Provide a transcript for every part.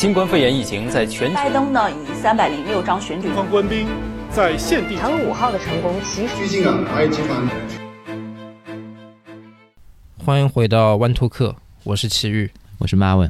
新冠肺炎疫情在全球， 拜登呢以306张选举方官兵在限定嫦娥5号的成功，其实据信啊，华为集团。 欢迎回到万兔客，我是齐豫， 我是马文。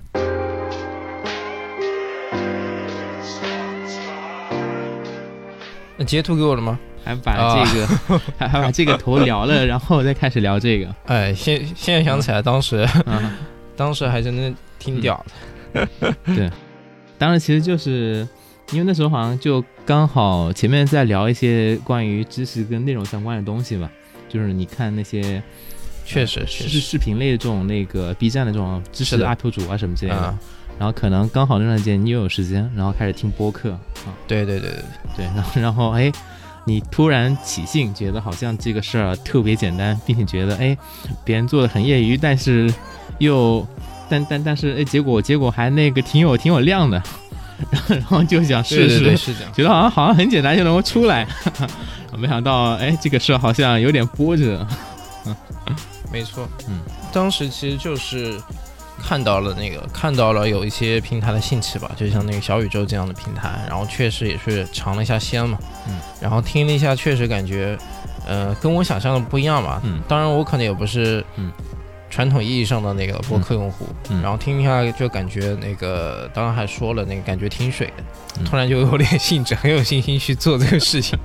那截图给我了吗？ 还把这个、还把这个头聊了，然后再开始聊这个。 哎，现在想起来，当时还真的挺屌的。 对，当时其实就是因为那时候好像就刚好前面在聊一些关于知识跟内容相关的东西吧，就是你看那些确实是视频类的这种那个 B 站的这种知识的 UP 主啊什么之类的。然后可能刚好那段时间你又有时间，然后开始听播客啊。 对， 然后哎，你突然起兴，觉得好像这个事儿特别简单，并且觉得哎，别人做的很业余，但是又但是哎，结果还那个挺有量的，然后就想试试， 对是这样， 觉得好像很简单就能够出来，没想到哎，这个事儿好像有点波折。 没错，当时其实就是看到了有一些平台的兴起吧，就像那个小宇宙这样的平台，然后确实也是尝了一下鲜嘛，然后听了一下，确实感觉跟我想象的不一样吧，当然我可能也不是传统意义上的那个播客用户，然后听一下就感觉那个，当然还说了那个感觉挺水的，突然就有点兴致，很有信心去做这个事情。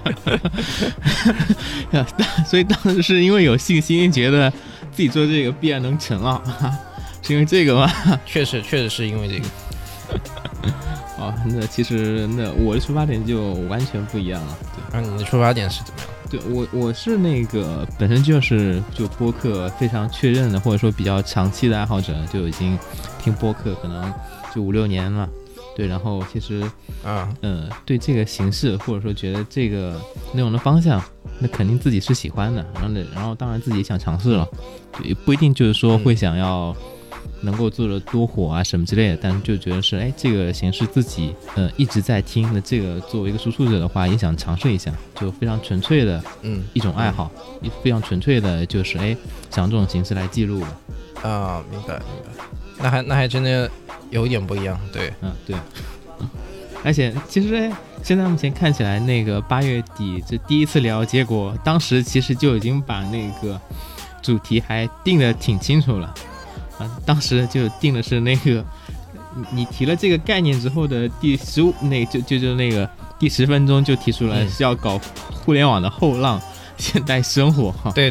所以当时是因为有信心，觉得自己做这个必然能成啊，是因为这个吗？ 确实是因为这个。 哦，那其实那我的出发点就完全不一样了。 对，你的出发点是怎么样？ 对，我是那个本身就播客非常确认的，或者说比较长期的爱好者，就已经听播客可能就5-6年了。对，然后其实对这个形式或者说觉得这个内容的方向，那肯定自己是喜欢的，然后当然自己也想尝试了，也不一定就是说会想要能够做的多火啊什么之类的，但是就觉得是哎，这个形式自己一直在听，那这个作为一个输出者的话，也想尝试一下，就非常纯粹的一种爱好，非常纯粹的就是哎，想这种形式来记录的。 啊，明白，那还真的有一点不一样，对， 对，而且其实现在目前看起来，那个8月底这第一次聊，结果当时其实就已经把那个主题还定得挺清楚了。当时就定的是那个，你提了这个概念之后的第15，那就那个第10分钟就提出来是要搞互联网的后浪现代生活。 对，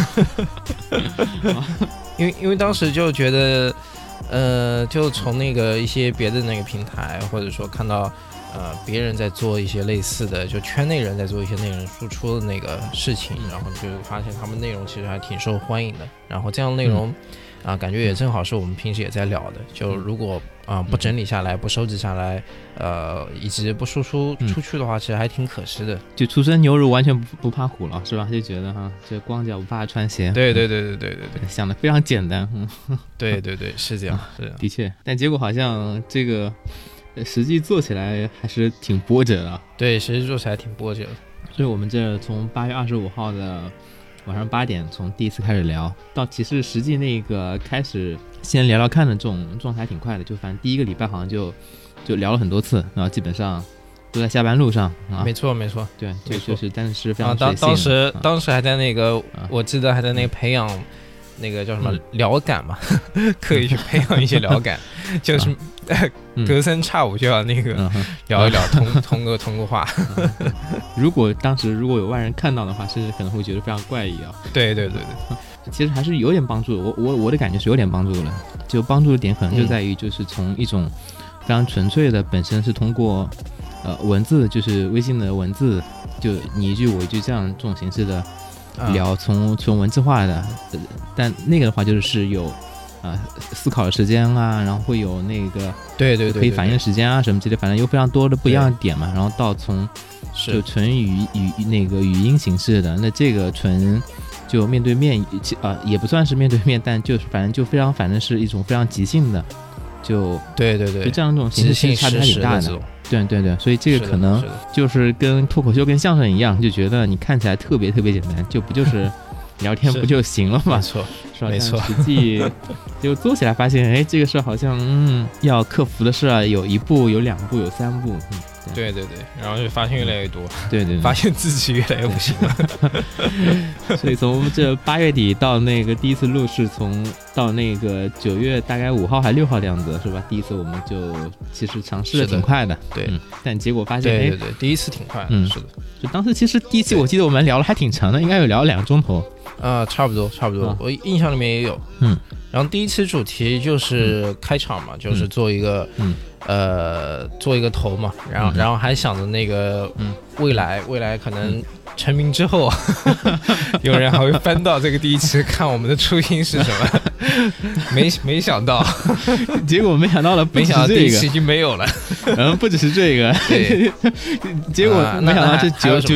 因为当时就觉得，就从那个一些别的那个平台，或者说看到别人在做一些类似的，就圈内人在做一些内容输出的那个事情，然后就发现他们内容其实还挺受欢迎的，然后这样的内容。感觉也正好是我们平时也在聊的，就如果不整理下来，不收集下来，以及不输出出去的话，其实还挺可惜的。 就初生牛犊完全不怕虎了，是吧？就觉得这光脚不怕穿鞋。 对， 想的非常简单。 对，是这样，是的确，但结果好像这个实际做起来还是挺波折的。 对，实际做起来挺波折的。 所以我们这从8月25号的晚上8点从第一次开始聊到其实实际那个开始先聊聊看的这种状态挺快的，就反正第一个礼拜好像就聊了很多次，然后基本上都在下班路上啊。 没错， 对，就是但是非常随性当时还在那个，我记得还在那个培养那个叫什么聊感嘛，刻意去培养一些聊感，就是隔三差五就要那个聊一聊，通个话。 当时如果有外人看到的话，甚至可能会觉得非常怪异啊。 对， 其实还是有点帮助的，我的感觉是有点帮助的，就帮助的点可能就在于就是从一种非常纯粹的本身是通过文字，就是微信的文字，就你一句我一句这样这种形式的聊，从文字化的，但那个的话就是有思考的时间啊，然后会有那个对可以反应的时间啊什么之类的，反正有非常多的不一样的点嘛。然后到从就纯那个语音形式的，那这个纯就面对面也不算是面对面，但就是反正是一种非常即兴的，就对， 就这样这种形式差别还挺大的。对，所以这个可能就是跟脱口秀跟相声一样，就觉得你看起来特别特别简单，就不就是聊天不就行了嘛？ 没错， 是吧？没错，实际就做起来发现，哎，这个事好像要克服的事有1步、有2步、有3步。 对，然后就发现越来越多， 对， 发现自己越来越不行了。 所以从这8月底到那个第一次录是到那个9月大概5号还6号的样子，是吧？第一次我们就其实尝试的挺快的， 对， 但结果发现， 对，第一次挺快，是的。 就当时其实第一期我记得我们聊了还挺长的，应该有聊2个钟头。 差不多，我印象里面也有。然后第一次主题就是开场嘛，就是做一个做一个头嘛，然后还想着那个未来可能成名之后，有人还会翻到这个第一期看我们的初心是什么，没想到， 结果没想到没想到第一期已经没有了， 不只是这个，对，结果没想到这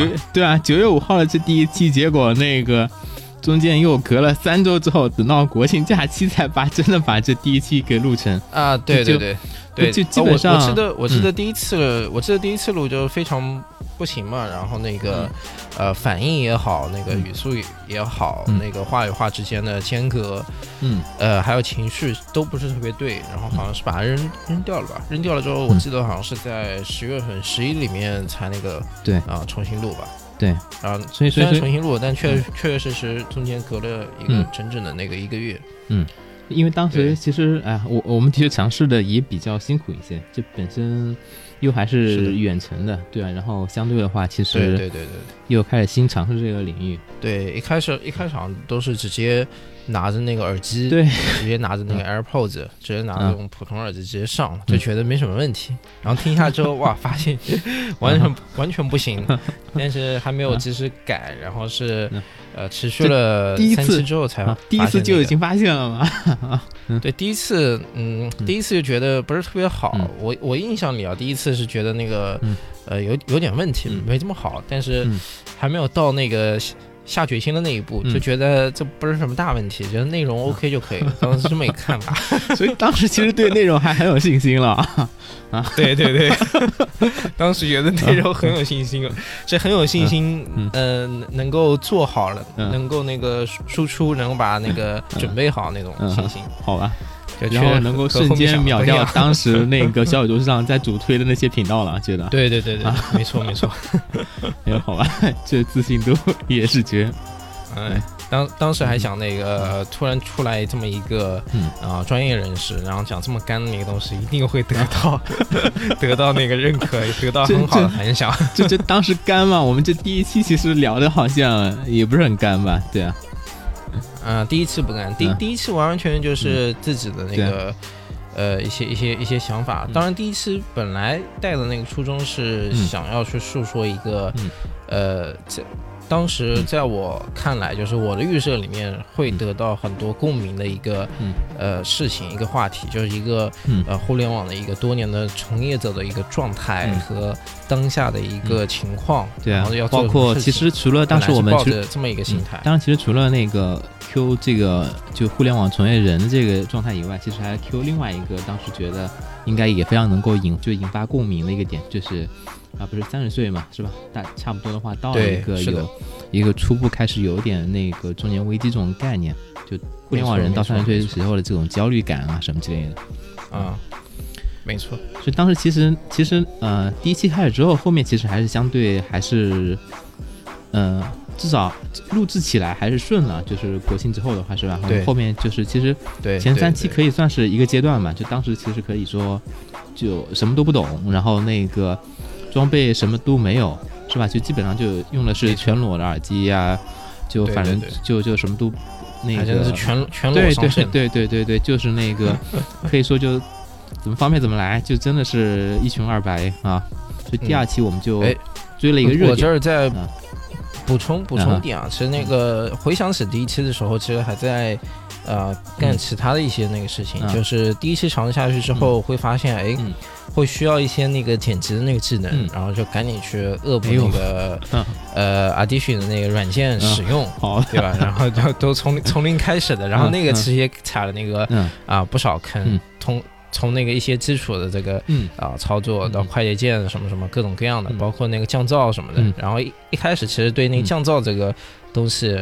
9月5号的这第一期，结果那个中间又隔了3周之后，等到国庆假期才真的把这第一期给录成啊！对， 就基本上我记得第一次录就非常不行嘛，然后那个反应也好，那个语速也好，那个话与话之间的间隔，还有情绪都不是特别对，然后好像是把它扔掉了吧？扔掉了之后，我记得好像是在10月份11里面才那个重新录吧。 对， 然后虽然重新录，但确实中间隔了一个整整的那个1个月。 因为当时其实我们的确尝试的也比较辛苦一些，这本身又还是远程的，对啊，然后相对的话，其实对， 又开始新尝试这个领域。 对，一开场都是直接拿着那个耳机， 对， 直接拿着那个 AirPods，直接拿着用普通耳机直接上，就觉得没什么问题。然后听一下之后，哇，发现完全不行，但是还没有及时改，然后是持续了3期之后才第一次就已经发现了吗？ 对，第一次就觉得不是特别好。我印象里第一次是觉得那个有点问题，没这么好，但是还没有到那个下决心的那一步，就觉得这不是什么大问题，觉得内容 OK 就可以了。当时这么一看吧， 所以当时其实对内容还很有信心了对，当时觉得内容很有信心，是很有信心，能够做好了，能够那个输出，能够把那个准备好那种信心。 好吧。然后能够瞬间秒掉当时那个小宇宙上在主推的那些频道了，觉得对，没错， 好吧，这自信度也是绝。 当时还想那个突然出来这么一个专业人士，然后讲这么干的那个东西，一定会得到那个认可，得到很好的反响。 这当时干嘛？我们这第一期其实聊的好像也不是很干吧？对啊。 第一次不干，第一次完全就是自己的那个一些想法。当然第一次本来带的那个初衷是想要去述说一个当时在我看来，就是我的预设里面会得到很多共鸣的一个事情，一个话题，就是一个互联网的一个多年的从业者的一个状态和当下的一个情况。 对啊， 然后要做包括其实除了当时我们抱着这么一个心态， 当然其实除了那个 Q 这个就互联网从业人的这个状态以外，其实还 Q 另外一个当时觉得应该也非常能够引发共鸣的一个点，就是不是30岁嘛，是吧？差不多的话到了一个初步开始有点那个中年危机这种概念，就互联网人到30岁时候的这种焦虑感啊什么之类的。 没错。 所以当时其实第一期开始之后，后面其实还是相对还是至少录制起来还是顺了，就是国庆之后的话是吧？ 对。 后面就是其实前3期可以算是一个阶段嘛，就当时其实可以说就什么都不懂，然后那个装备什么都没有，是吧？就基本上就用的是全裸的耳机呀，就反正就什么都那个， 真的是全裸上阵。 对，就是那个可以说就怎么方便怎么来，就真的是一穷二白啊。所以第2期我们就追了一个热点。 我这儿再补充一点啊，其实那个回想起第1期的时候，其实还在干其他的一些那个事情，就是第1期尝试下去之后，会发现会需要一些那个剪辑的那个技能，然后就赶紧去恶补那个Audition 的那个软件使用，对吧？然后就都从零开始的，然后那个其实也踩了那个不少坑，从那个一些基础的这个操作到快捷键什么什么各种各样的，包括那个降噪什么的。然后一开始其实对那个降噪这个东西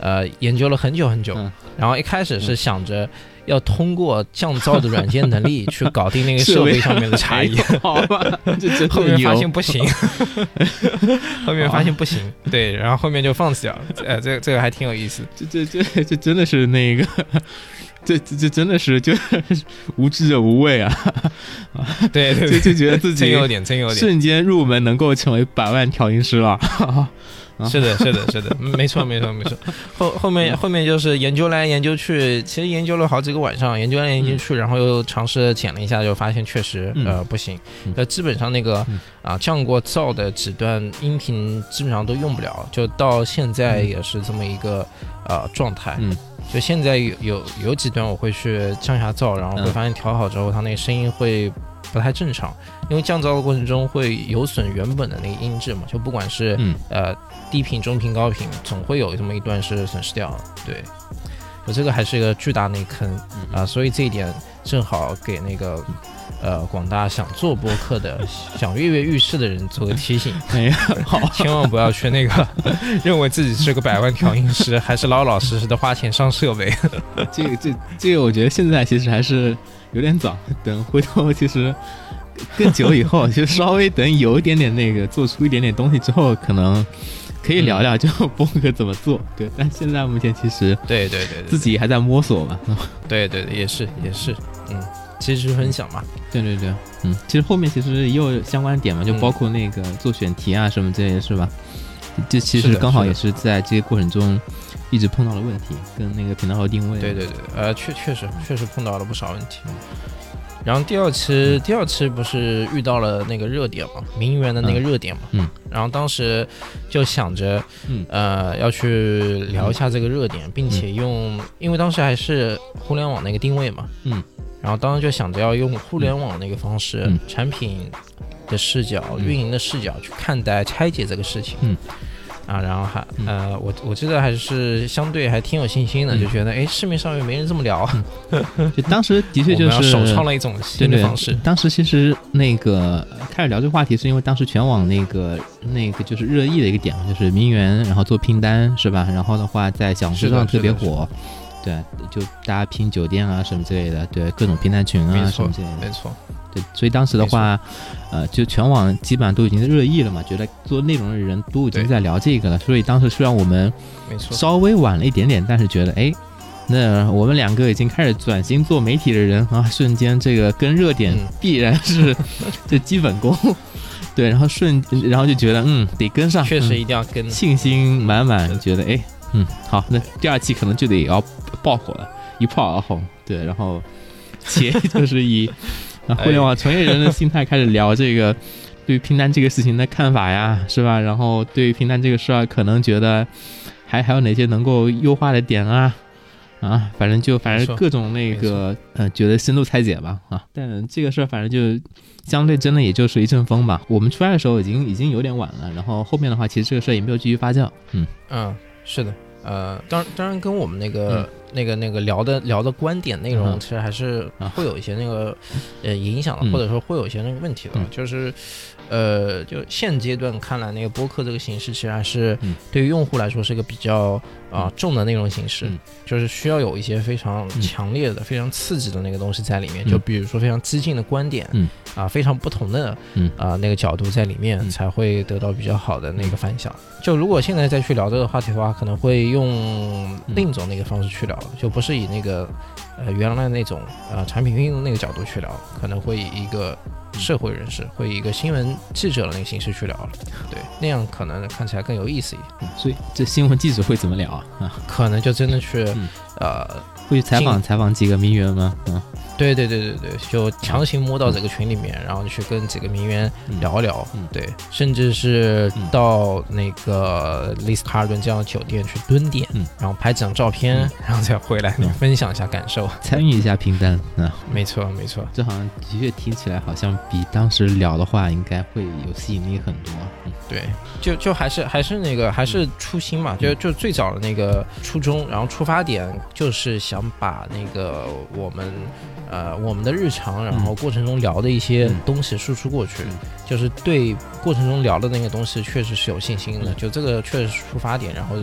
研究了很久很久，然后一开始是想着要通过降噪的软件能力去搞定那个设备上面的差异， 好吧， 后面发现不行，后面发现不行，对，然后后面就放弃了。这个还挺有意思。 这真的是那个，这真的是就是无知者无畏啊！ 对， 就觉得自己真有点瞬间入门，能够成为百万调音师了。 是的，没错。后面就是研究来研究去，其实研究了好几个晚上，研究来研究去，然后又尝试剪了一下，就发现确实不行。基本上那个降过噪的几段音频基本上都用不了，就到现在也是这么一个状态。就现在有几段我会去降下噪，然后会发现调好之后，它那个声音会不太正常，因为降噪的过程中会有损原本的那个音质嘛，就不管是低频、中频、高频，总会有这么一段是损失掉的。对，我这个还是一个巨大的坑所以这一点正好给那个广大想做播客的、想跃跃欲试的人做个提醒，千万不要去那个认为自己是个百万调音师，还是老老实实的花钱上设备。 这个，我觉得现在其实还是有点早，等回头其实更久以后，就稍微等有一点点那个做出一点点东西之后，可能可以聊聊就播客怎么做。对，但现在目前其实对自己还在摸索嘛。 对，也是，其实分享嘛。 对，其实后面其实也有相关点嘛，就包括那个做选题啊什么这些，是吧？这其实刚好也是在这些过程中一直碰到了问题，跟那个频道的定位。 对，确实碰到了不少问题。然后第二期不是遇到了那个热点嘛，名媛的那个热点嘛，然后当时就想着，要去聊一下这个热点，并且因为当时还是互联网那个定位嘛，然后当时就想着要用互联网那个方式，产品的视角、运营的视角去看待拆解这个事情，然后我记得还是相对还挺有信心的，就觉得市面上又没人这么聊， 就当时的确就是首创了一种新的方式。 当时其实那个开始聊这个话题，是因为当时全网那个就是热议的一个点，就是名媛然后做拼单是吧？然后的话在小红书上特别火。对，就大家拼酒店啊什么之类的，对，各种拼单群啊什么之类的， 没错。 对，所以当时的话，就全网基本上都已经热议了嘛，觉得做内容的人都已经在聊这个了。所以当时虽然我们稍微晚了一点点，但是觉得那我们两个已经开始转型做媒体的人啊，瞬间这个跟热点必然是这基本功。对，然后就觉得得跟上， 确实一定要跟， 信心满满，觉得好，那第二期可能就得要爆火了，一炮而红。对，然后且就是以互联网从业人的心态开始聊这个对拼单这个事情的看法呀，是吧？然后对拼单这个事儿，可能觉得还有哪些能够优化的点啊，反正各种那个觉得深度拆解吧但这个事儿反正就相对真的也就是一阵风吧。我们出来的时候已经有点晚了，然后后面的话其实这个事儿也没有继续发酵。 是的，当然跟我们那个聊的观点内容，其实还是会有一些那个影响的，或者说会有一些那个问题的，就是就现阶段看来，那个播客这个形式其实还是对于用户来说是一个比较重的内容形式，就是需要有一些非常强烈的、非常刺激的那个东西在里面，就比如说非常激进的观点，非常不同的那个角度在里面，才会得到比较好的那个反响。就如果现在再去聊这个话题的话，可能会用另一种那个方式去聊，就不是以那个原来那种产品运营的那个角度去聊，可能会以一个社会人士，会以一个新闻记者的那个形式去聊了。对，那样可能看起来更有意思一点。 所以这新闻记者会怎么聊可能就真的去会去采访几个名媛吗？ 对，就强行摸到这个群里面，然后去跟几个名媛聊一聊，对，甚至是到那个丽思卡尔顿这样的酒店去蹲点，然后拍几张照片，然后再回来分享一下感受， 参与一下拼单没错， 这好像的确听起来好像比当时聊的话应该会有吸引力很多。 对，就还是那个还是初心嘛，就最早的那个初衷，然后出发点就是想把那个我们的日常，然后过程中聊的一些东西输出过去，就是对过程中聊的那个东西确实是有信心的，就这个确实是出发点，然后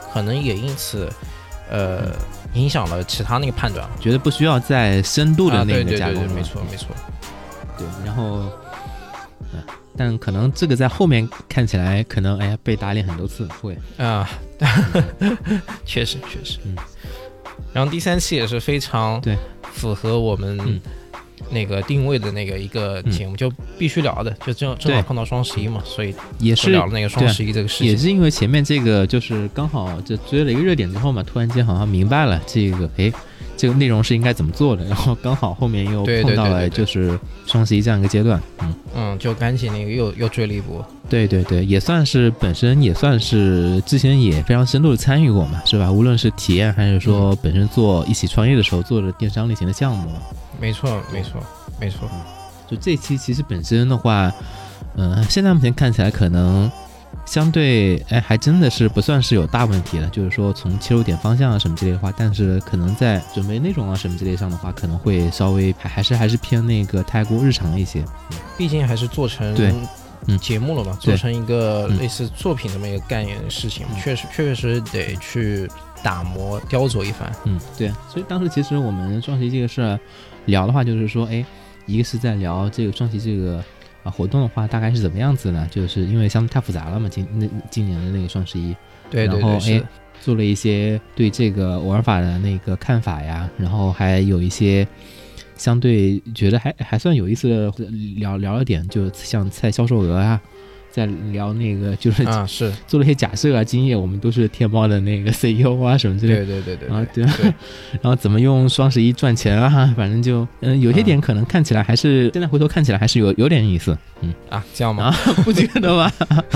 可能也因此影响了其他那个判断， 觉得不需要再深度的那个加工了， 对，没错， 对，然后但可能这个在后面看起来可能被打脸很多次会啊，确实，然后第3期也是非常符合我们那个定位的那个一个节目，就必须聊的，就正好碰到双11嘛，所以也是聊了那个双11这个事情。 也是因为前面这个就是刚好就追了一个热点之后嘛，突然间好像明白了这个内容是应该怎么做的，然后刚好后面又碰到了就是双11这样一个阶段， 就赶紧那个又追了一波。 对，也算是本身也算是之前也非常深度的参与过嘛，是吧？无论是体验还是说本身一起创业的时候做的电商类型的项目。 没错。 就这期其实本身的话，现在目前看起来可能相对还真的是不算是有大问题了，就是说从切入点方向啊什么之类的话，但是可能在准备内容啊什么之类上的话，可能会稍微还是偏那个太过日常一些， 毕竟还是做成节目了嘛，做成一个类似作品这么一个概念的事情，确实得去打磨雕琢一番。 对，所以当时其实我们双11这个事儿聊的话，就是说一个是在聊这个双11这个活动的话大概是怎么样子呢，就是因为相对太复杂了嘛，今年的那个双11， 对， 然后做了一些对这个玩法的那个看法呀，然后还有一些相对觉得还算有意思的聊了点，就像在销售额啊，在聊那个就是做了一些假设啊，今夜我们都是天猫的那个 CEO 啊什么之类的，对，然后怎么用双11赚钱啊，反正就有些点可能看起来还是现在回头看起来还是有点意思， 这样吗？ 不觉得吗？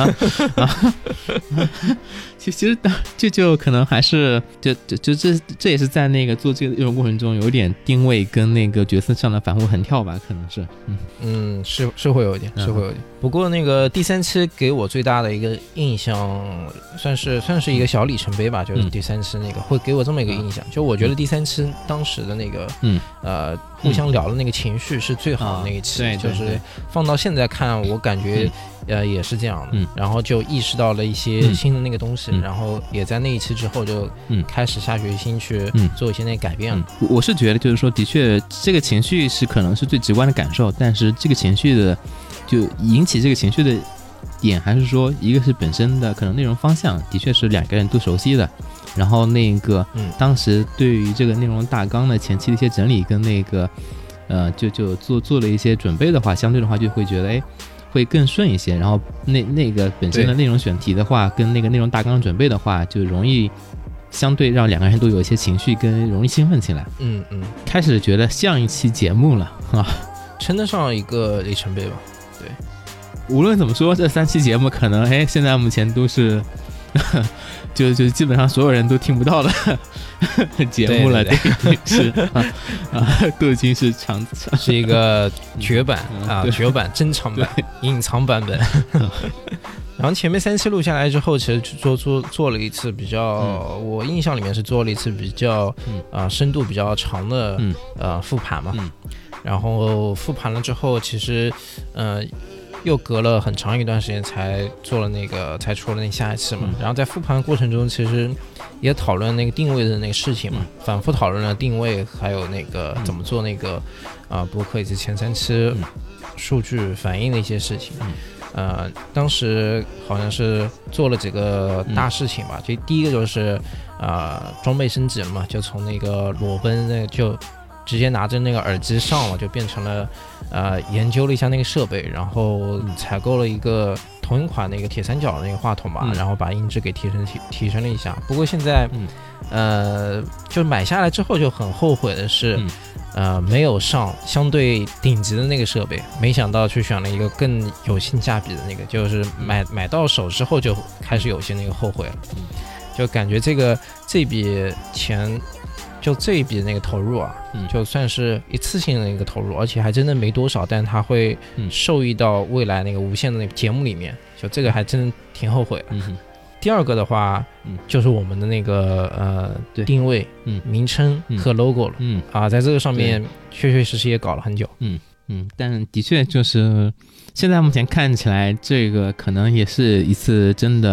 其实就可能还是这也是在那个做这个内容过程中有点定位跟那个角色上的反复横跳吧，可能是是会有一点，不过那个第3期给我最大的一个印象算是一个小里程碑吧，就是第3期那个会给我这么一个印象，就我觉得第3期当时的那个互相聊的那个情绪是最好的那一期，就是放到现在看我感觉也是这样的，然后就意识到了一些新的那个东西，然后也在那一期之后就开始下决心去做一些那个改变了。 我是觉得就是说的确这个情绪是可能是最直观的感受，但是这个情绪的就引起这个情绪的点还是说一个是本身的可能内容方向的确是两个人都熟悉的，然后那个当时对于这个内容大纲的前期的一些整理跟那个就做了一些准备的话，相对的话就会觉得会更顺一些，然后那个本身的内容选题的话跟那个内容大纲准备的话就容易相对让两个人都有一些情绪跟容易兴奋起来，开始觉得像一期节目了称得上一个里程碑吧。对， 无论怎么说这3期节目可能现在目前都是就基本上所有人都听不到的节目了，对，是都已经是是一个绝版绝版珍藏版隐藏版本然后前面3期录下来之后，其实做了一次比较我印象里面是做了一次比较深度比较长的复盘嘛，然后复盘了之后其实又隔了很长一段时间才做了那个才出了那下一期嘛，然后在复盘过程中其实也讨论那个定位的那个事情嘛，反复讨论了定位还有那个怎么做那个播客以及前3期数据反映的一些事情，当时好像是做了几个大事情吧，就第一个就是装备升级了嘛，就从那个裸奔那就直接拿着那个耳机上了，就变成了研究了一下那个设备，然后采购了一个同一款那个铁三角的那个话筒吧，然后把音质给提升了一下。不过现在就买下来之后就很后悔的是没有上相对顶级的那个设备，没想到去选了一个更有性价比的那个，就是买到手之后就开始有些那个后悔了，就感觉这笔钱就这一笔那个投入就算是一次性的一个投入，而且还真的没多少，但它会受益到未来那个无限的那个节目里面，就这个还真挺后悔的。第二个的话就是我们的那个定位名称和 logo 了在这个上面确实也搞了很久但的确就是现在目前看起来这个可能也是一次真的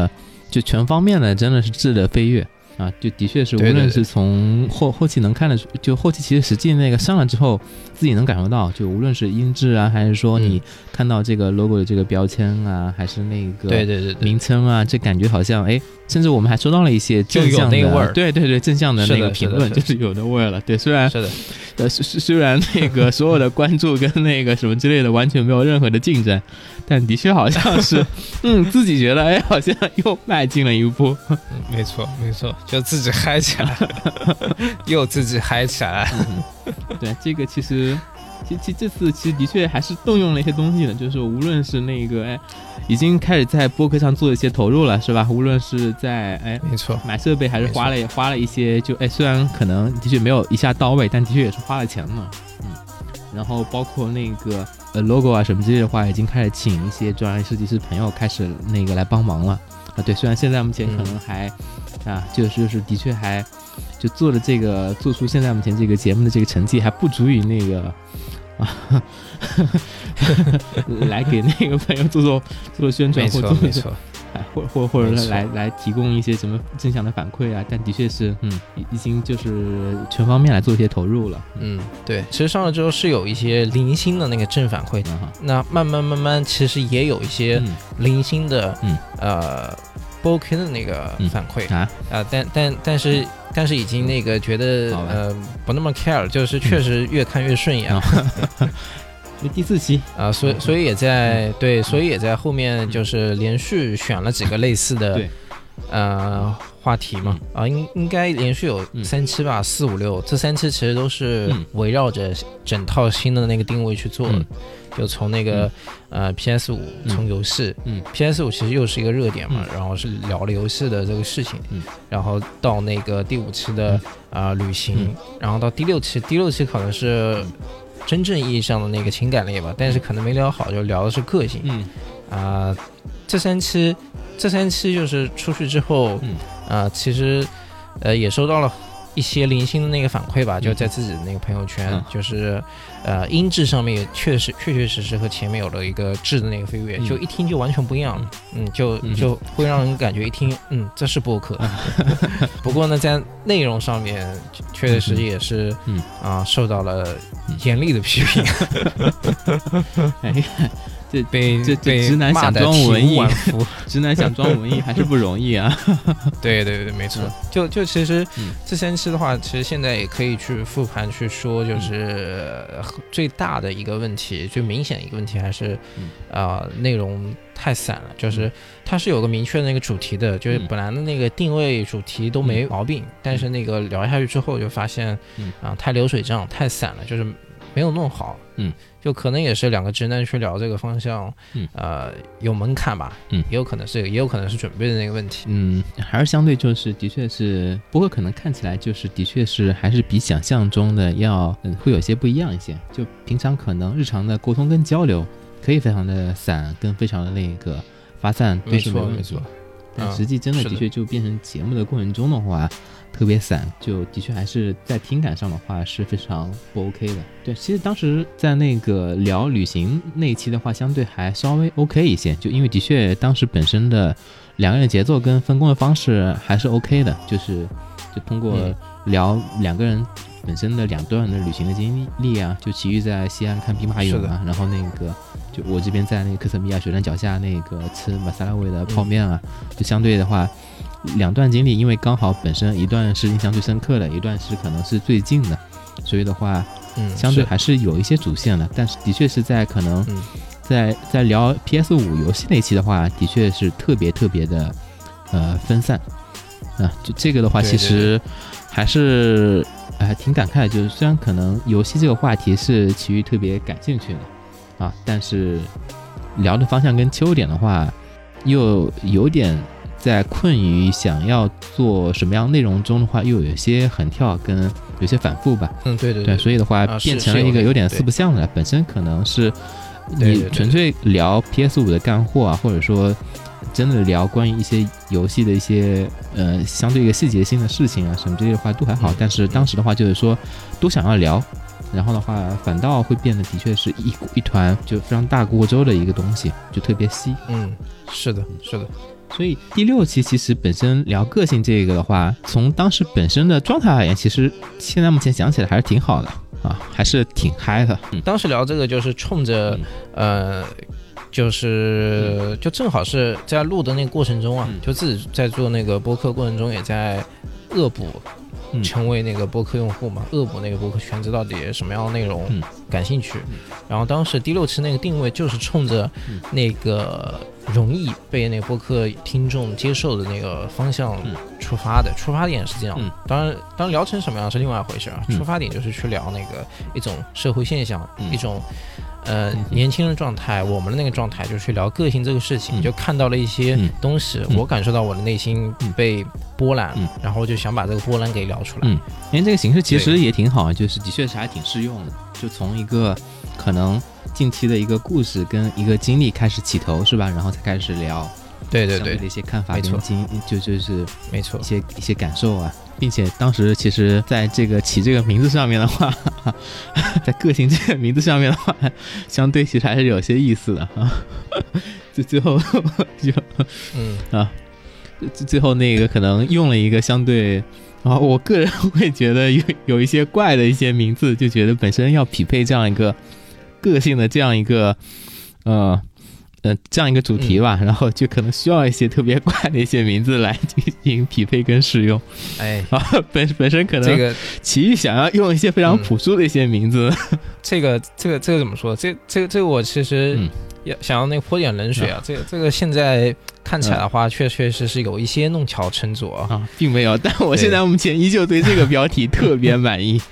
就全方面的真的是质的飞跃啊！就的确是，无论是从后期能看得出，就后期其实实际那个上了之后，自己能感受到，就无论是音质啊，还是说你看到这个 logo 的这个标签啊，还是那个名称啊，这感觉好像甚至我们还收到了一些正向的， 就有那个味儿， 对，正向的那个评论，就是有的味儿了。对，虽然是的，虽然那个所有的关注跟那个什么之类的完全没有任何的进展，但的确好像是，自己觉得好像又迈进了一步。 没错，就自己嗨起来，又自己嗨起来。 对，这个其实这次其实的确还是动用了一些东西的，就是说无论是那个已经开始在播客上做一些投入了，是吧？无论是在没错买设备，还是花了一些，就虽然可能的确没有一下到位，但的确也是花了钱了。然后包括那个logo 啊什么之类的话，已经开始请一些专业设计师朋友开始那个来帮忙了啊。对，虽然现在目前可能还就是的确还就做出现在目前这个节目的这个成绩还不足以那个来给那个朋友做宣传， 没错， 或者来提供一些什么正向的反馈啊，但的确是已经就是全方面来做一些投入了。 对，其实上了之后是有一些零星的那个正反馈的，那慢慢其实也有一些零星的不 OK 的那个反馈但是已经那个觉得不那么 care， 就是确实越看越顺眼。 第4期啊，所以也在所以也在后面就是连续选了几个类似的话题嘛，应该连续有3期吧，4、5、6，这3期其实都是围绕着整套新的那个定位去做的。就从那个PS5 从游戏PS5 其实又是一个热点嘛，然后是聊了游戏的这个事情，然后到那个第5期的旅行，然后到第6期可能是真正意义上的那个情感类吧，但是可能没聊好，就聊的是个性。这三期就是出去之后，其实也收到了一些零星的那个反馈吧，就在自己的那个朋友圈，就是音质上面也确实和前面有了一个质的那个飞跃，就一听就完全不一样，就会让人感觉一听，这是播客。不过呢，在内容上面确实也是受到了严厉的批评。 这直男想装文艺，直男想装文艺还是不容易啊。 对，没错。就其实这3期的话，其实现在也可以去复盘去说，就是最大的一个问题，最明显的一个问题还是内容太散了，就是它是有个明确的那个主题的，就是本来的那个定位主题都没毛病，但是那个聊下去之后就发现太流水账，太散了，就是没有弄好。就可能也是2个直男去聊这个方向，有门槛吧，也有可能是准备的那个问题， 还是相对就是的确是，不过可能看起来就是的确是还是比想象中的要会有些不一样一些，就平常可能日常的沟通跟交流可以非常的散，跟非常的那个发散， 没错， 但实际真的确就变成节目的过程中的话特别散，就的确还是在听感上的话是非常不 OK 的。对，其实当时在那个聊旅行那一期的话相对还稍微 OK 一些，就因为的确当时本身的2个人的节奏跟分工的方式还是 OK 的，就通过聊2个人本身的2段的旅行的经历啊，就奇遇在西岸看兵马俑啊，然后那个就我这边在那个克什米亚雪山脚下那个吃马萨拉味的泡面啊，就相对的话2段经历，因为刚好本身一段是印象最深刻的，一段是可能是最近的，所以的话相对还是有一些主线的，但是的确是在可能在聊 PS5 游戏那期的话的确是特别的分散就这个的话其实还是挺感慨的，就是虽然可能游戏这个话题是奇遇特别感兴趣的但是聊的方向跟切入点的话又有点在困于想要做什么样内容中的话，又有些横跳跟有些反复吧。对，所以的话变成了一个有点四不像的，本身可能是你纯粹聊 PS5 的干货啊，或者说真的聊关于一些游戏的一些相对一个细节性的事情啊什么这些的话都还好，但是当时的话就是说都想要聊，然后的话反倒会变得的确是一团就非常大锅粥的一个东西，就特别稀。 是的所以第6期其实本身聊个性这个的话，从当时本身的状态而言，其实现在目前想起来还是挺好的啊，还是挺嗨的。 当时聊这个就是冲着就正好是在录的那个过程中啊，就自己在做那个播客过程中也在恶补成为那个播客用户嘛，恶补那个播客圈子到底什么样的内容感兴趣。然后当时第6期那个定位就是冲着那个容易被那个播客听众接受的那个方向出发的，出发点是这样。当然聊成什么样是另外一回事啊，出发点就是去聊那个一种社会现象，一种年轻人状态，我们的那个状态就是去聊个性这个事情，就看到了一些东西，我感受到我的内心被波澜，然后就想把这个波澜给聊出来。 因为这个形式其实也挺好，就是的确是还挺适用的，就从一个可能近期的一个故事跟一个经历开始起头，是吧？然后才开始聊对的一些看法跟就是没错一些感受啊。并且当时其实在这个起这个名字上面的话，在个性这个名字上面的话，相对其实还是有些意思的啊。就最后就最后那个可能用了一个相对我个人会觉得有一些怪的一些名字，就觉得本身要匹配这样一个个性的这样一个这样一个主题吧，然后就可能需要一些特别怪的一些名字来进行匹配跟使用。本身可能这个奇遇想要用一些非常朴素的一些名字。 这个怎么说？这个我其实想要那个泼点冷水啊。这个现在看起来的话，确实是有一些弄巧成拙啊， 并没有。但我现在目前依旧对这个标题特别满意。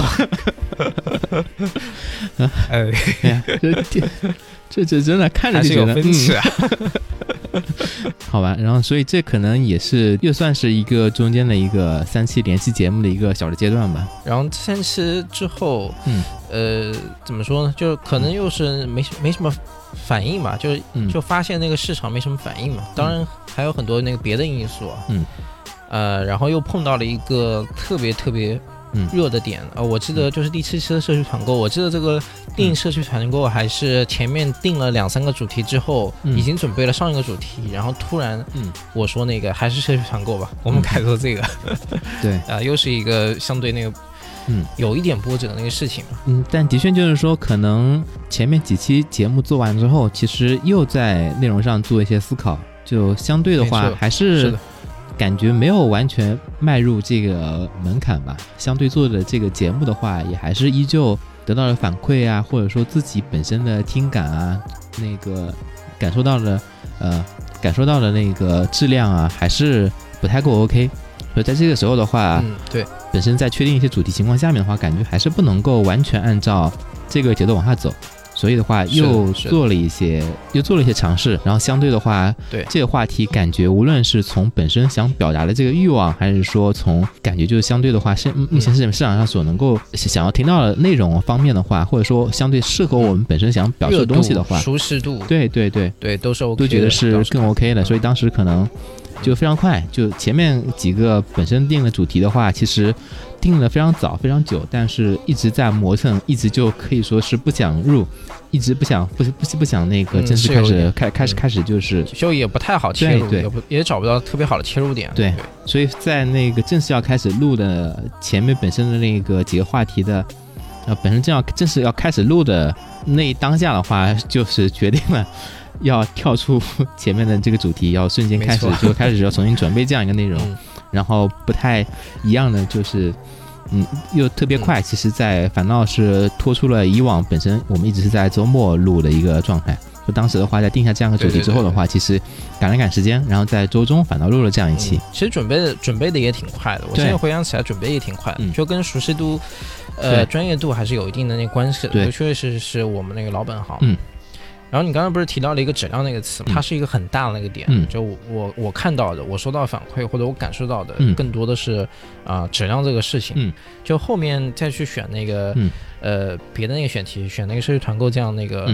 这真的看着就觉得分歧啊。 好吧，然后所以这可能又算是一个中间的一个3期连续节目的一个小的阶段吧。 然后3期之后，怎么说呢？就可能又是没什么反应嘛，就发现那个市场没什么反应嘛。当然还有很多那个别的因素啊。然后又碰到了一个特别热的点我记得就是第7期的社区团购，我记得这个定社区团购还是前面定了2-3个主题之后，已经准备了上一个主题，然后突然我说那个还是社区团购吧，我们改做这个。 对又是一个相对那个有一点波折的那个事情嘛。 但的确就是说，可能前面几期节目做完之后，其实又在内容上做一些思考，就相对的话还是感觉没有完全迈入这个门槛吧。相对做的这个节目的话，也还是依旧得到了反馈啊，或者说自己本身的听感啊，那个感受到的那个质量啊，还是不太够 OK。所以在这个时候的话， 对， 本身在确定一些主题情况下面的话，感觉还是不能够完全按照这个节奏往下走。所以的话又做了一些尝试，然后相对的话， 对这个话题感觉无论是从本身想表达的这个欲望，还是说从感觉就是相对的话是目前市场上所能够想要听到的内容方面的话，或者说相对适合我们本身想表述的东西的话， 舒适度， 对都是 OK 的， 都觉得是更 OK 的。所以当时可能就非常快，就前面几个本身定的主题的话，其实定了非常早非常久，但是一直在磨蹭，一直就可以说是不想入，一直不想那个正式开始就是就也不太好切入， 对也找不到特别好的切入点。 对，所以在那个正式要开始录的前面本身的那个几个话题的本身正式要开始录的那一当下的话，就是决定了要跳出前面的这个主题，要瞬间开始要重新准备这样一个内容。然后不太一样的就是又特别快，其实反倒是拖出了以往本身我们一直是在周末录的一个状态。就当时的话在定下这样一个主题之后的话，其实赶了赶时间，然后在周中反倒录了这样一期。 其实准备的也挺快的，我现在回想起来准备也挺快的，就跟熟悉度专业度还是有一定的那个关系的。对，确实是我们那个老本行。然后你刚刚不是提到了一个质量那个词，它是一个很大的那个点。就我看到的，我收到反馈或者我感受到的，更多的是质量这个事情。就后面再去选那个别的那个选题，选那个社区团购这样那个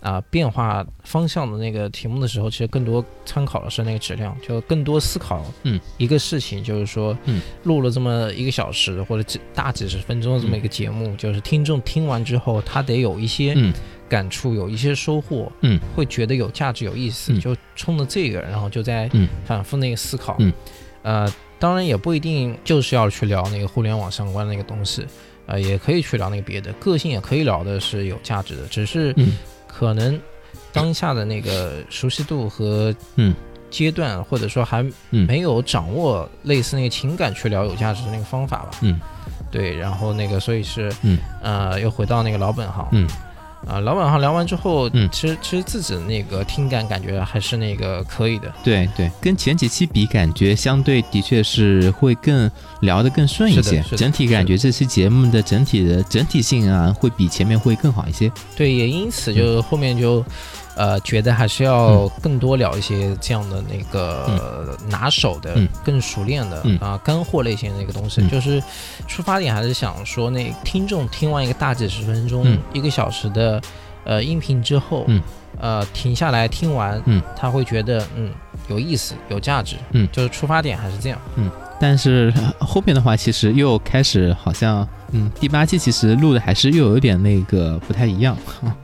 变化方向的那个题目的时候，其实更多参考的是那个质量，就更多思考一个事情，就是说录了这么1个小时或者大几十分钟的这么一个节目，就是听众听完之后他得有一些感触，有一些收获，会觉得有价值有意思，就冲着这个然后就在反复那个思考。当然也不一定就是要去聊那个互联网相关的那个东西，也可以去聊那个别的，个性也可以聊的是有价值的，只是可能当下的那个熟悉度和阶段，或者说还没有掌握类似那个情感去聊有价值的那个方法吧。对，然后那个所以是又回到那个老本行。老本行聊完之后，其实自己那个听感觉还是那个可以的。 对对，跟前几期比，感觉相对的确是会更聊得更顺一些。整体感觉这期节目的整体性啊，会比前面会更好一些。 对，也因此就后面就觉得还是要更多聊一些这样的那个拿手的、更熟练的干货类型的那个东西。就是出发点还是想说，那听众听完一个大几十分钟、1个小时的音频之后，停下来听完，他会觉得有意思、有价值。就是出发点还是这样。 但是后面的话，其实又开始好像，第8期其实录的还是又有点那个不太一样。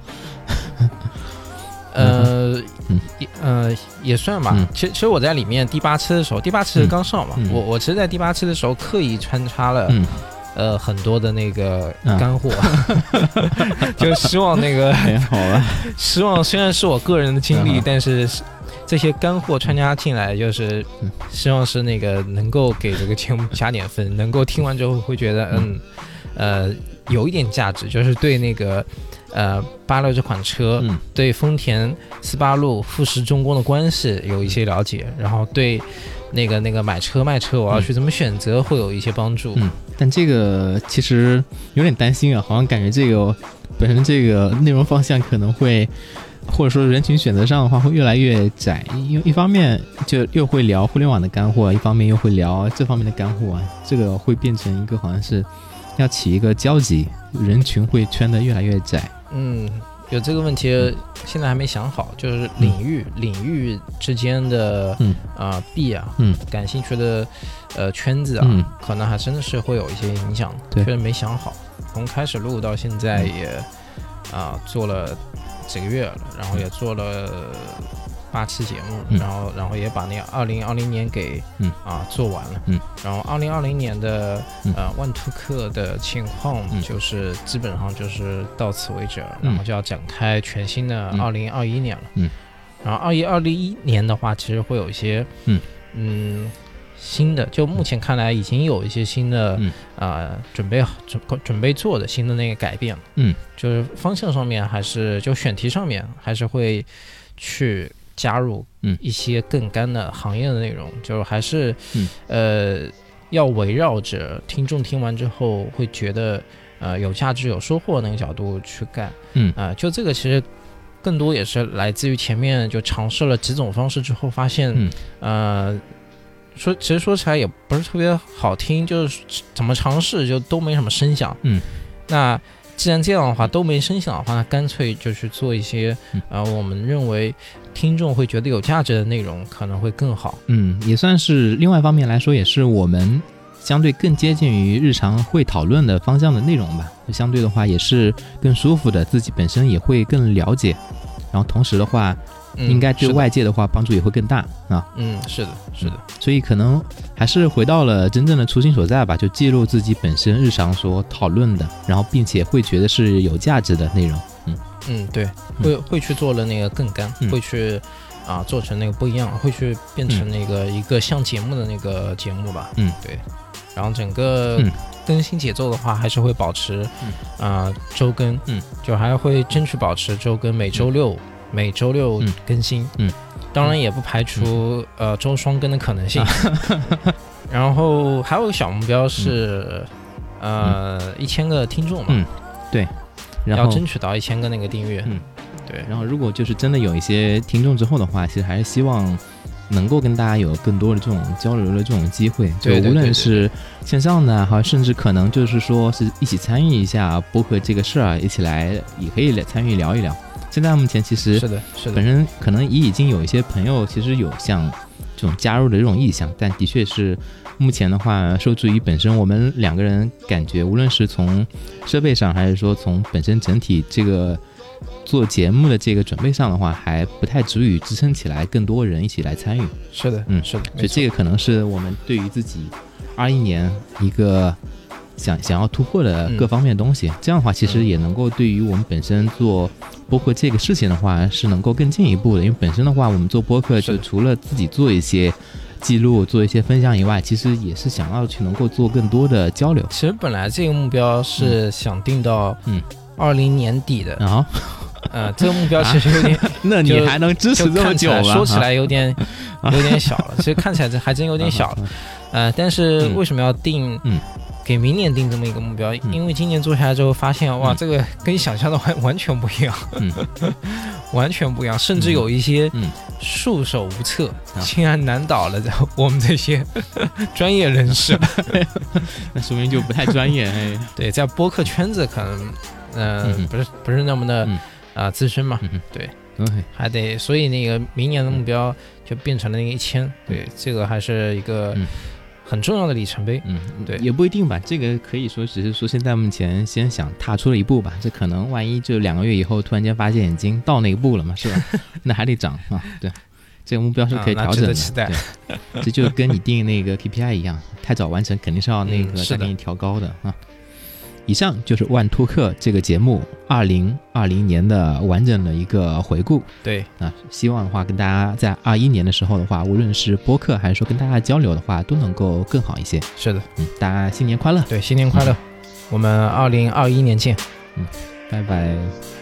也算吧。其实我在里面第8期的时候，第8期刚上嘛，我其实在第8期的时候刻意穿插了很多的那个干货，就希望那个好吧， 希望虽然是我个人的经历，但是这些干货穿插进来，就是希望是那个能够给这个节目加点分，能够听完之后会觉得有一点价值，就是对那个86这款车，对丰田486富士重工的关系有一些了解，然后对那个买车卖车我要去怎么选择会有一些帮助。 但这个其实有点担心啊，好像感觉这个本身这个内容方向可能会，或者说人群选择上的话会越来越窄，因为一方面就又会聊互联网的干货，一方面又会聊这方面的干货啊，这个会变成一个好像是要起一个交集，人群会圈得越来越窄。 有这个问题现在还没想好，就是领域之间的壁啊，感兴趣的圈子啊，可能还真的是会有一些影响，确实没想好。从开始录到现在也做了几个月了，然后也做了8期节目，然后也把那个2020年给做完了，然后2020年的万突克的情况就是基本上就是到此为止了，然后就要展开全新的2021年了。然后2021年的话，其实会有一些新的，就目前看来已经有一些新的准备做的新的那个改变，就是方向上面还是就选题上面还是会去加入一些更干的行业的内容，就还是要围绕着听众听完之后会觉得有价值有收获的那个角度去干。就这个其实更多也是来自于前面就尝试了几种方式之后发现其实说起来也不是特别好听，就是怎么尝试就都没什么声响。那既然这样的话都没声响的话，那干脆就去做一些我们认为听众会觉得有价值的内容，可能会更好。 也算是另外一方面来说，也是我们相对更接近于日常会讨论的方向的内容吧。就相对的话也是更舒服的，自己本身也会更了解，然后同时的话应该对外界的话帮助也会更大啊。 是的。 所以可能还是回到了真正的初心所在吧，就记录自己本身日常所讨论的，然后并且会觉得是有价值的内容。 对，会去做了那个更干，会去做成那个不一样，会去变成那个一个像节目的那个节目吧。对。然后整个更新节奏的话，还是会保持周更，就还会争取保持周更，每周六更新。当然也不排除周双更的可能性。然后还有个小目标是1000个听众嘛。 对，然后要争取到1000个那个订阅。对， 然后如果就是真的有一些听众之后的话，其实还是希望能够跟大家有更多的这种交流的这种机会，就无论是线上的还甚至可能就是说是一起参与一下播客这个事儿，一起来也可以来参与聊一聊。 现在目前其实是的， 本身可能也已经有一些朋友其实有像这种加入的这种意向，但的确是目前的话，受制于本身我们2个人感觉，无论是从设备上，还是说从本身整体这个做节目的这个准备上的话，还不太足以支撑起来更多人一起来参与。 是的，是的， 所以这个可能是我们对于自己21年一个想要突破的各方面的东西，这样的话其实也能够对于我们本身做播客这个事情的话是能够更进一步的。因为本身的话我们做播客就除了自己做一些记录做一些分享以外，其实也是想要去能够做更多的交流。 其实本来这个目标是想定到20年底的这个目标其实有点那你还能支持这么久吗？ 说起来有点小了，其实看起来还真有点小了但是为什么要定给明年定这么一个目标？因为今年做下来之后发现哇，这个跟想象的完全不一样完全不一样，甚至有一些束手无策竟然难倒了我们这些专业人士那说明就不太专业对，在播客圈子可能不是那么的资深嘛对还得，所以那个明年的目标就变成了那个1000对，这个还是一个很重要的里程碑对， 也不一定吧，这个可以说只是说现在目前先想踏出了一步吧，这可能万一就2个月以后突然间发现已经到那一步了嘛，是吧那还得涨对，这个目标是可以调整的对，这就跟你定那个 KPI 一样，太早完成肯定是要那个再给你调高的以上就是万托克这个节目2020年的完整的一个回顾。 对希望的话跟大家在21年的时候的话，无论是播客还是说跟大家交流的话，都能够更好一些。 是的大家新年快乐。 对，新年快乐我们2021年见拜拜。